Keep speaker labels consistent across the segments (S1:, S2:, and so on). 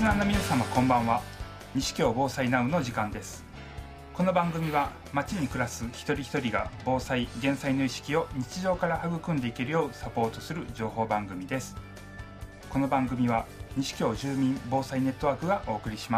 S1: ナーの皆様こんばんは。西京防災ナウの時間です。この番組は町に暮らす一人一人が防災・減災の意識を日常から育んでいけるようサポートする情報番組です。この番組は西京住民防災ネットワークがお送りします。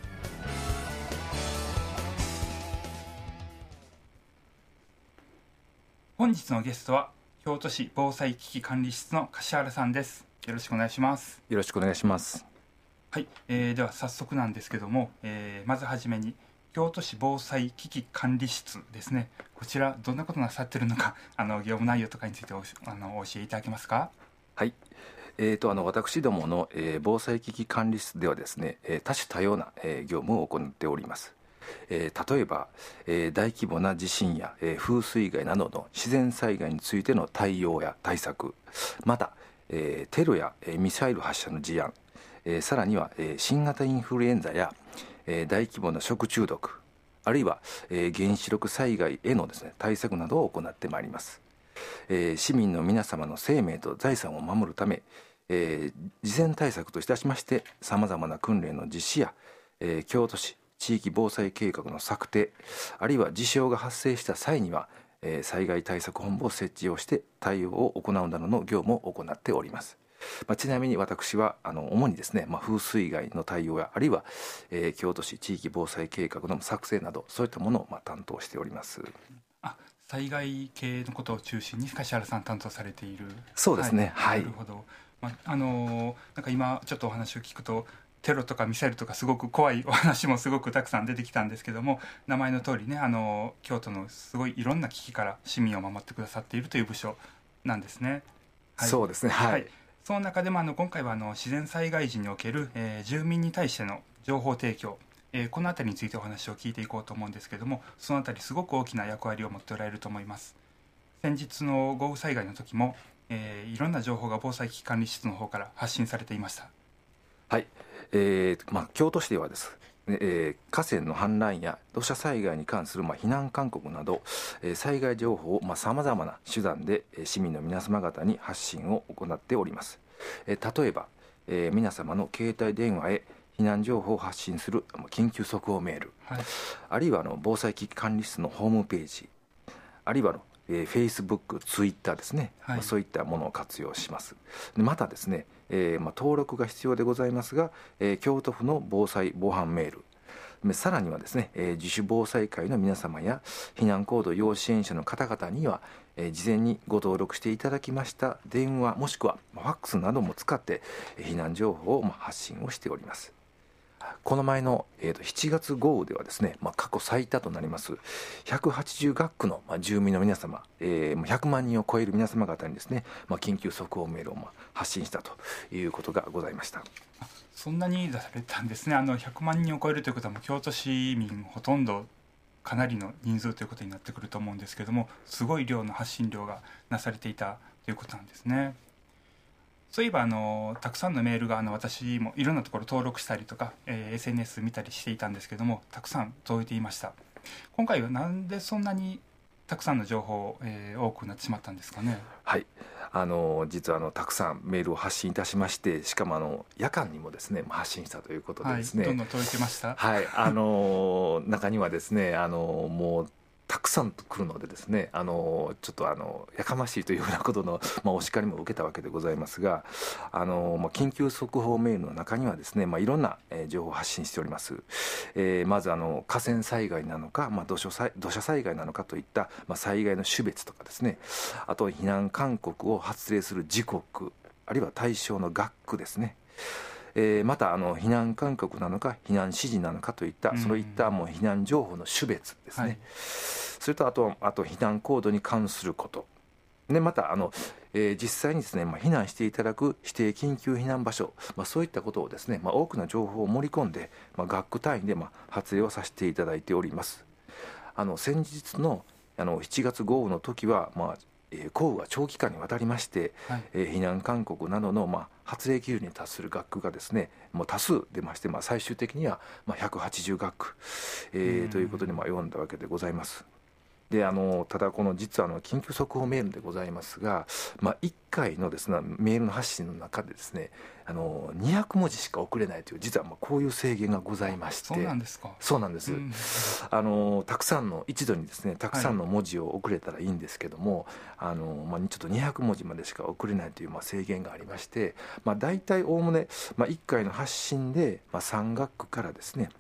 S1: 本日のゲストは京都市防災危機管理室の柏原さんです。よろしくお願いします。
S2: よろしくお願いします。
S1: はい、では早速なんですけども、まずはじめに京都市防災危機管理室ですね。こちらどんなことなさってるのか、業務内容とかについてお教えいただけますか？
S2: はい、私どもの、防災危機管理室ではですね、多種多様な、業務を行っております。例えば、大規模な地震や、風水害などの自然災害についての対応や対策、また、テロや、ミサイル発射の事案、さらには、新型インフルエンザや、大規模な食中毒、あるいは、原子力災害へのですね、対策などを行ってまいります。市民の皆様の生命と財産を守るため、事前対策といたしましてさまざまな訓練の実施や、京都市地域防災計画の策定、あるいは事象が発生した際には、災害対策本部を設置をして対応を行うなどの業務を行っております。ちなみに私は主にですね、風水害の対応やあるいは、京都市地域防災計画の作成などそういったものを担当しております。
S1: 災害系のことを中心に柏原さん担当されている。
S2: そうですね、はい、
S1: なるほど。なんか今ちょっとお話を聞くとテロとかミサイルとかすごく怖いお話もすごくたくさん出てきたんですけども、名前の通りね、京都のすごいいろんな危機から市民を守ってくださっているという部署なんですね。
S2: はい、そうですね、はい、はい、
S1: その中でも今回は自然災害時における、住民に対しての情報提供、このあたりについてお話を聞いていこうと思うんですけども、そのあたりすごく大きな役割を持っておられると思います。先日の豪雨災害の時も、いろんな情報が防災危機管理室の方から発信されていました。
S2: はい、京都市ではですね、河川の氾濫や土砂災害に関する避難勧告など、災害情報をさまざまな手段で市民の皆様方に発信を行っております。例えば、皆様の携帯電話へ避難情報を発信する緊急速報メール、はい、あるいは防災危機管理室のホームページ、あるいはFacebook、Twitter ですね、はい、そういったものを活用します。またですね、登録が必要でございますが、京都府の防災防犯メール、さらにはですね、自主防災会の皆様や避難行動要支援者の方々には、事前にご登録していただきました電話もしくはファックスなども使って避難情報を発信をしております。この前の、7月豪雨ではですね、過去最多となります180学区の、住民の皆様、100万人を超える皆様方にですね、緊急速報メールを発信したということがございました。
S1: そんなに出されたんですね。100万人を超えるということはもう京都市民ほとんどかなりの人数ということになってくると思うんですけども、すごい量の発信量がなされていたということなんですね。そういえばたくさんのメールが私もいろんなところ登録したりとか、SNS 見たりしていたんですけども、たくさん届いていました。今回はなんでそんなにたくさんの情報、多くなってしまったんですかね？
S2: はい、実はたくさんメールを発信いたしまして、しかも夜間にもですね発信したということでですね、
S1: はい、どんどん届いてました。
S2: はい、中にはですねもうたくさん来るのでですね、ちょっとやかましいというようなことの、お叱りも受けたわけでございますが、緊急速報メールの中にはですね、いろんな情報を発信しております。まず河川災害なのか、土砂災害なのかといった、災害の種別とかですね、あと避難勧告を発令する時刻、あるいは対象の学区ですね、また避難勧告なのか避難指示なのかといったそういった避難情報の種別ですね、はい、それとあと避難行動に関することで、また実際にですね、避難していただく指定緊急避難場所、そういったことをですね、多くの情報を盛り込んで、学区単位で発令をさせていただいております。先日の7月豪雨の時は、降雨が長期間にわたりまして、はい、避難勧告などの発令基準に達する学区がですねもう多数出まして、最終的には180学区、ということに及んだわけでございます。 でただこの実は緊急速報メールでございますが、1回のですねメールの発信の中でですね200文字しか送れないという実はこういう制限がございまして。
S1: そうなんですか。
S2: そうなんです、たくさんの一度にですねたくさんの文字を送れたらいいんですけども、ちょっと200文字までしか送れないという制限がありまして、大体おおむね1回の発信で3学区からですね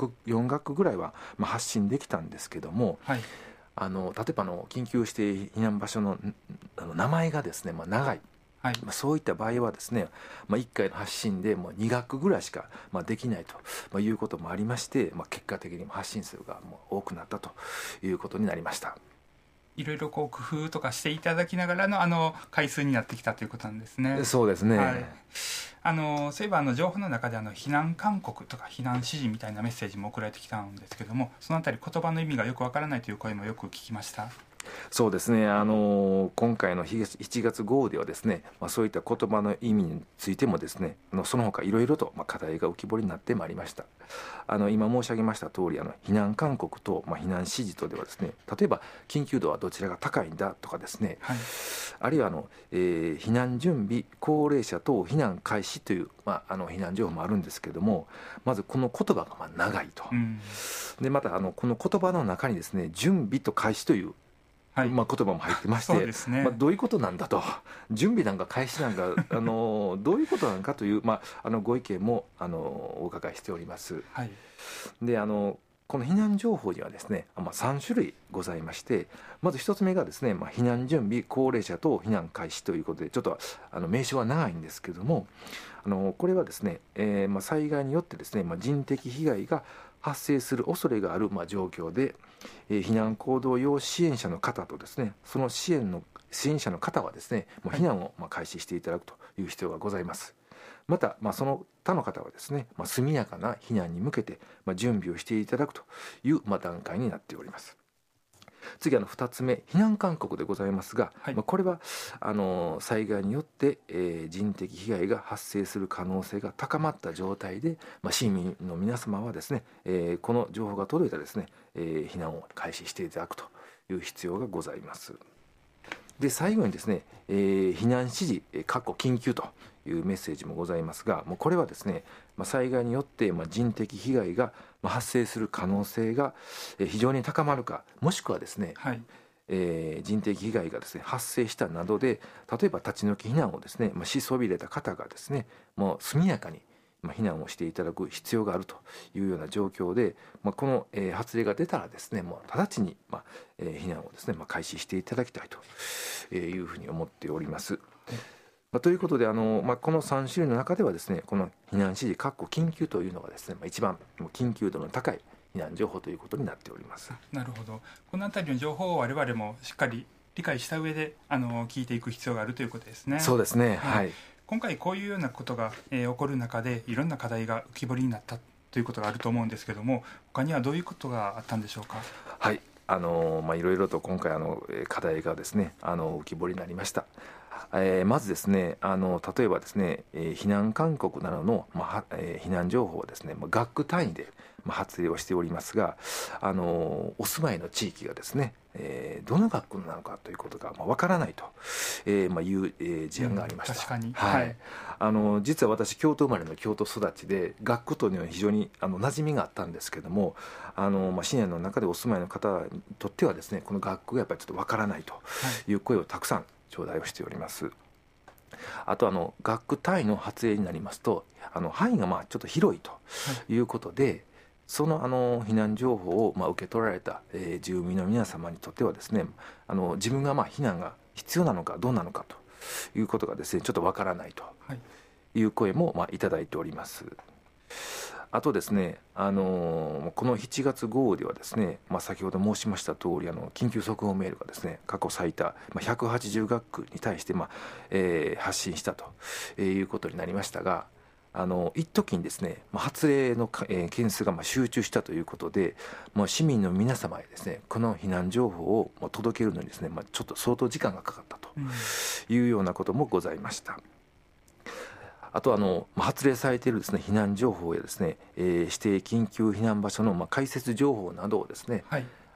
S2: 4学区ぐらいは発信できたんですけども、
S1: はい、
S2: 例えば緊急指定避難場所の名前がですね長い、
S1: はい、
S2: そういった場合はですね、1回の発信で2学ぐらいしかできないということもありまして、結果的に発信数が多くなったということになりました。
S1: いろいろ工夫とかしていただきながらの回数になってきたということなんですね。
S2: そうですね、
S1: はい、そういえば情報の中で避難勧告とか避難指示みたいなメッセージも送られてきたんですけども、そのあたり言葉の意味がよくわからないという声もよく聞きました。
S2: そうですね、今回の7月号ではですね、そういった言葉の意味についてもですねその他いろいろと課題が浮き彫りになってまいりました。今申し上げました通り避難勧告と避難指示とではですね、例えば緊急度はどちらが高いんだとかですね、
S1: はい、
S2: あるいは避難準備高齢者等避難開始という、避難情報もあるんですけども、まずこの言葉が長いと、でまたこの言葉の中にですね準備と開始という言葉も入ってまして、ね、どういうことなんだと、準備なんか開始なんかどういうことなのかという、ご意見もお伺いしております。
S1: はい、
S2: でこの避難情報にはですね、3種類ございまして、まず1つ目がですね、避難準備高齢者等避難開始ということで、ちょっと名称は長いんですけども、これはですね、災害によってですね、人的被害が発生する恐れがある状況で、避難行動要支援者の方とですねその支援者の方はですね避難を開始していただくという必要がございます。また、その他の方はですね速やかな避難に向けて準備をしていただくという段階になっております。次2つ目避難勧告でございますが、
S1: はい、
S2: これは災害によって、人的被害が発生する可能性が高まった状態で、市民の皆様はですね、この情報が届いたらですね、避難を開始していただくという必要がございます。で最後にですね、避難指示緊急というメッセージもございますが、これはですね災害によって人的被害が発生する可能性が非常に高まるか、もしくはですね、
S1: はい、
S2: 人的被害がですね発生したなどで、例えば立ち退き避難をですねしそびれた方がですねもう速やかに避難をしていただく必要があるというような状況で、この発令が出たらですねもう直ちに避難をですね開始していただきたいというふうに思っております。ということでこの3種類の中ではですねこの避難指示緊急というのがですね一番緊急度の高い避難情報ということになっております。
S1: なるほど。このあたりの情報を我々もしっかり理解した上で聞いていく必要があるということですね。
S2: そうですね、はい、
S1: 今回こういうようなことが、起こる中でいろんな課題が浮き彫りになったということがあると思うんですけども、他にはどういうことがあったんでしょうか。
S2: はい、いろいろと今回課題がですね浮き彫りになりました。まずですね例えばですね、避難勧告などの、避難情報はですね学区単位で発令をしておりますが、お住まいの地域がですね、どの学区なのかということがわからないと、いう事案がありました。
S1: 確かに、
S2: はい、実は私京都生まれの京都育ちで学区というのは非常に馴染みがあったんですけども、市内の中でお住まいの方にとってはですねこの学区がやっぱりちょっとわからないという声をたくさん頂戴をしております。あと学区単位の発令になりますと範囲がちょっと広いということで、その避難情報を受け取られた、住民の皆様にとってはですね自分が避難が必要なのかどうなのかということがですねちょっとわからないという声もいただいております。あとですね、この7月号ではですね、先ほど申しました通り緊急速報メールがですね過去最多180学区に対して、発信したということになりましたが、一時にですね発令の件数が集中したということで、市民の皆様へですねこの避難情報を届けるのにですね、ちょっと相当時間がかかったというようなこともございました。あと発令されているですね避難情報やですね、指定緊急避難場所の開設情報などをですね、
S1: はい、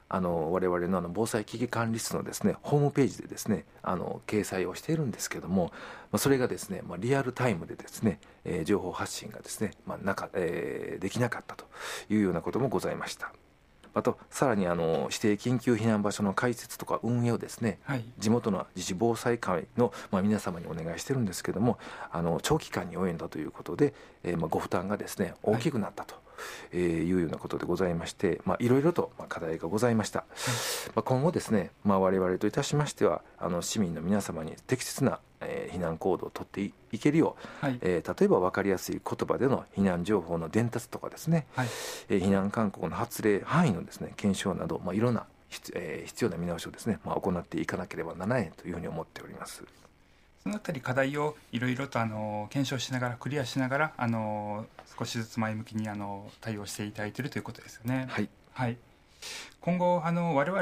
S2: 我々の防災危機管理室のですねホームページでですね掲載をしているんですけども、それがですね、リアルタイムでですね、情報発信がですね、できなかったというようなこともございました。あとさらに指定緊急避難場所の開設とか運営をですね、
S1: はい、
S2: 地元の自治防災会の、皆様にお願いしてるんですけども、長期間に及んだということで、ご負担がですね大きくなったというようなことでございまして、いろいろと課題がございました。今後ですね、我々といたしましては市民の皆様に適切な避難行動をとっていけるよう、
S1: はい、
S2: 例えば分かりやすい言葉での避難情報の伝達とかですね、
S1: はい、
S2: 避難勧告の発令範囲のですね検証など、いろんな必要な見直しをですね、行っていかなければならないというふうに思っております。
S1: そのあたり課題をいろいろと検証しながらクリアしながら少しずつ前向きに対応していただいているということですよね。
S2: はい、
S1: はい、今後我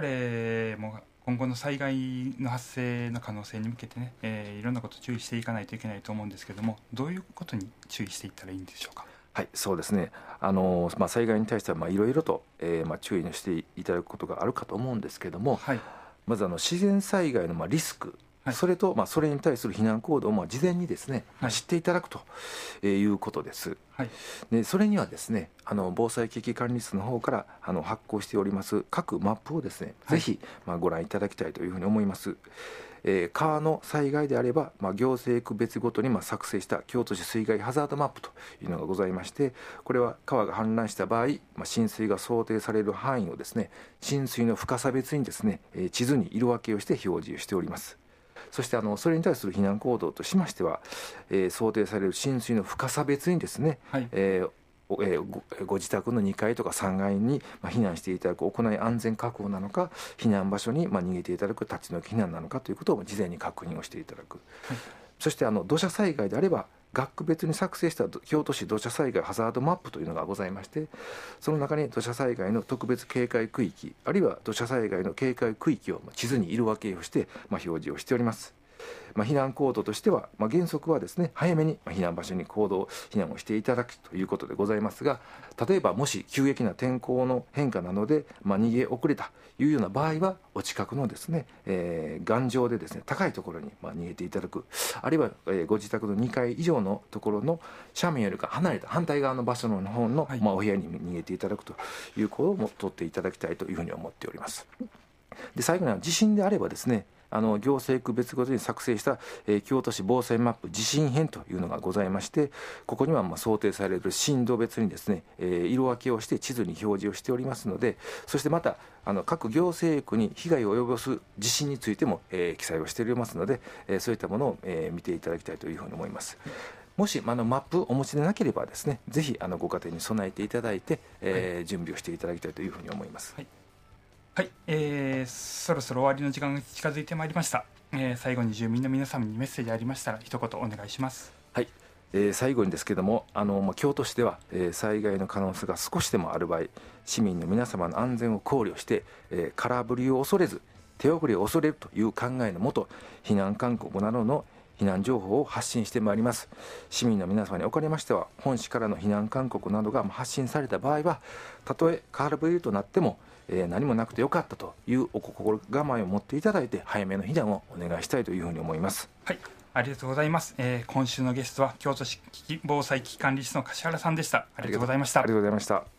S1: 々も今後の災害の発生の可能性に向けてね、いろんなことを注意していかないといけないと思うんですけども、どういうことに注意していったらいいんでしょうか。
S2: はい、そうですね。災害に対してはいろいろと、注意をしていただくことがあるかと思うんですけども、
S1: はい、
S2: まず自然災害のリスク、
S1: はい、
S2: それとそれに対する避難行動を事前にですね、
S1: はい、
S2: 知っていただくということです。
S1: はい、
S2: でそれにはですね防災危機管理室の方から発行しております各マップをですね、
S1: はい、
S2: ぜひご覧いただきたいというふうに思います。川の災害であれば、行政区別ごとに作成した京都市水害ハザードマップというのがございまして、これは川が氾濫した場合、浸水が想定される範囲をですね浸水の深さ別にですね地図に色分けをして表示をしております。そしてそれに対する避難行動としましては、想定される浸水の深さ別にですね、
S1: はい、
S2: ご自宅の2階とか3階に避難していただく屋内安全確保なのか、避難場所に逃げていただく立ち退き避難なのかということを事前に確認をしていただく、はい、そして土砂災害であれば学区別に作成した京都市土砂災害ハザードマップというのがございまして、その中に土砂災害の特別警戒区域あるいは土砂災害の警戒区域を地図に色分けをして表示をしております。避難行動としては、原則はですね早めに避難場所に避難をしていただくということでございますが、例えばもし急激な天候の変化などで、逃げ遅れたというような場合はお近くのですね、頑丈でですね高いところに逃げていただく、あるいは、ご自宅の2階以上のところの斜面よりか離れた反対側の場所の方の、はい、お部屋に逃げていただくということを取っていただきたいというふうに思っております。で最後には地震であればですね行政区別ごとに作成した、京都市防災マップ地震編というのがございまして、ここには想定される震度別にですね、色分けをして地図に表示をしておりますので、そしてまた各行政区に被害を及ぼす地震についても、記載をしておりますので、そういったものを、見ていただきたいというふうに思います。もしマップお持ちでなければですね、ぜひご家庭に備えていただいて、準備をしていただきたいというふうに思います。
S1: はいはい、そろそろ終わりの時間が近づいてまいりました。最後に住民の皆様にメッセージありましたら一言お願いします。
S2: はい、最後にですけども京都市では、災害の可能性が少しでもある場合、市民の皆様の安全を考慮して、空振りを恐れず手遅れを恐れるという考えのもと、避難勧告などの避難情報を発信してまいります。市民の皆様におかれましては、本市からの避難勧告などが発信された場合は、たとえ空振りとなっても何もなくてよかったというお心構えを持っていただいて、早めの避難をお願いしたいというふうに思います。
S1: はい、ありがとうございます。今週のゲストは京都市防災危機管理室の柏原さんでした。ありがとうございました。
S2: ありがとうございました。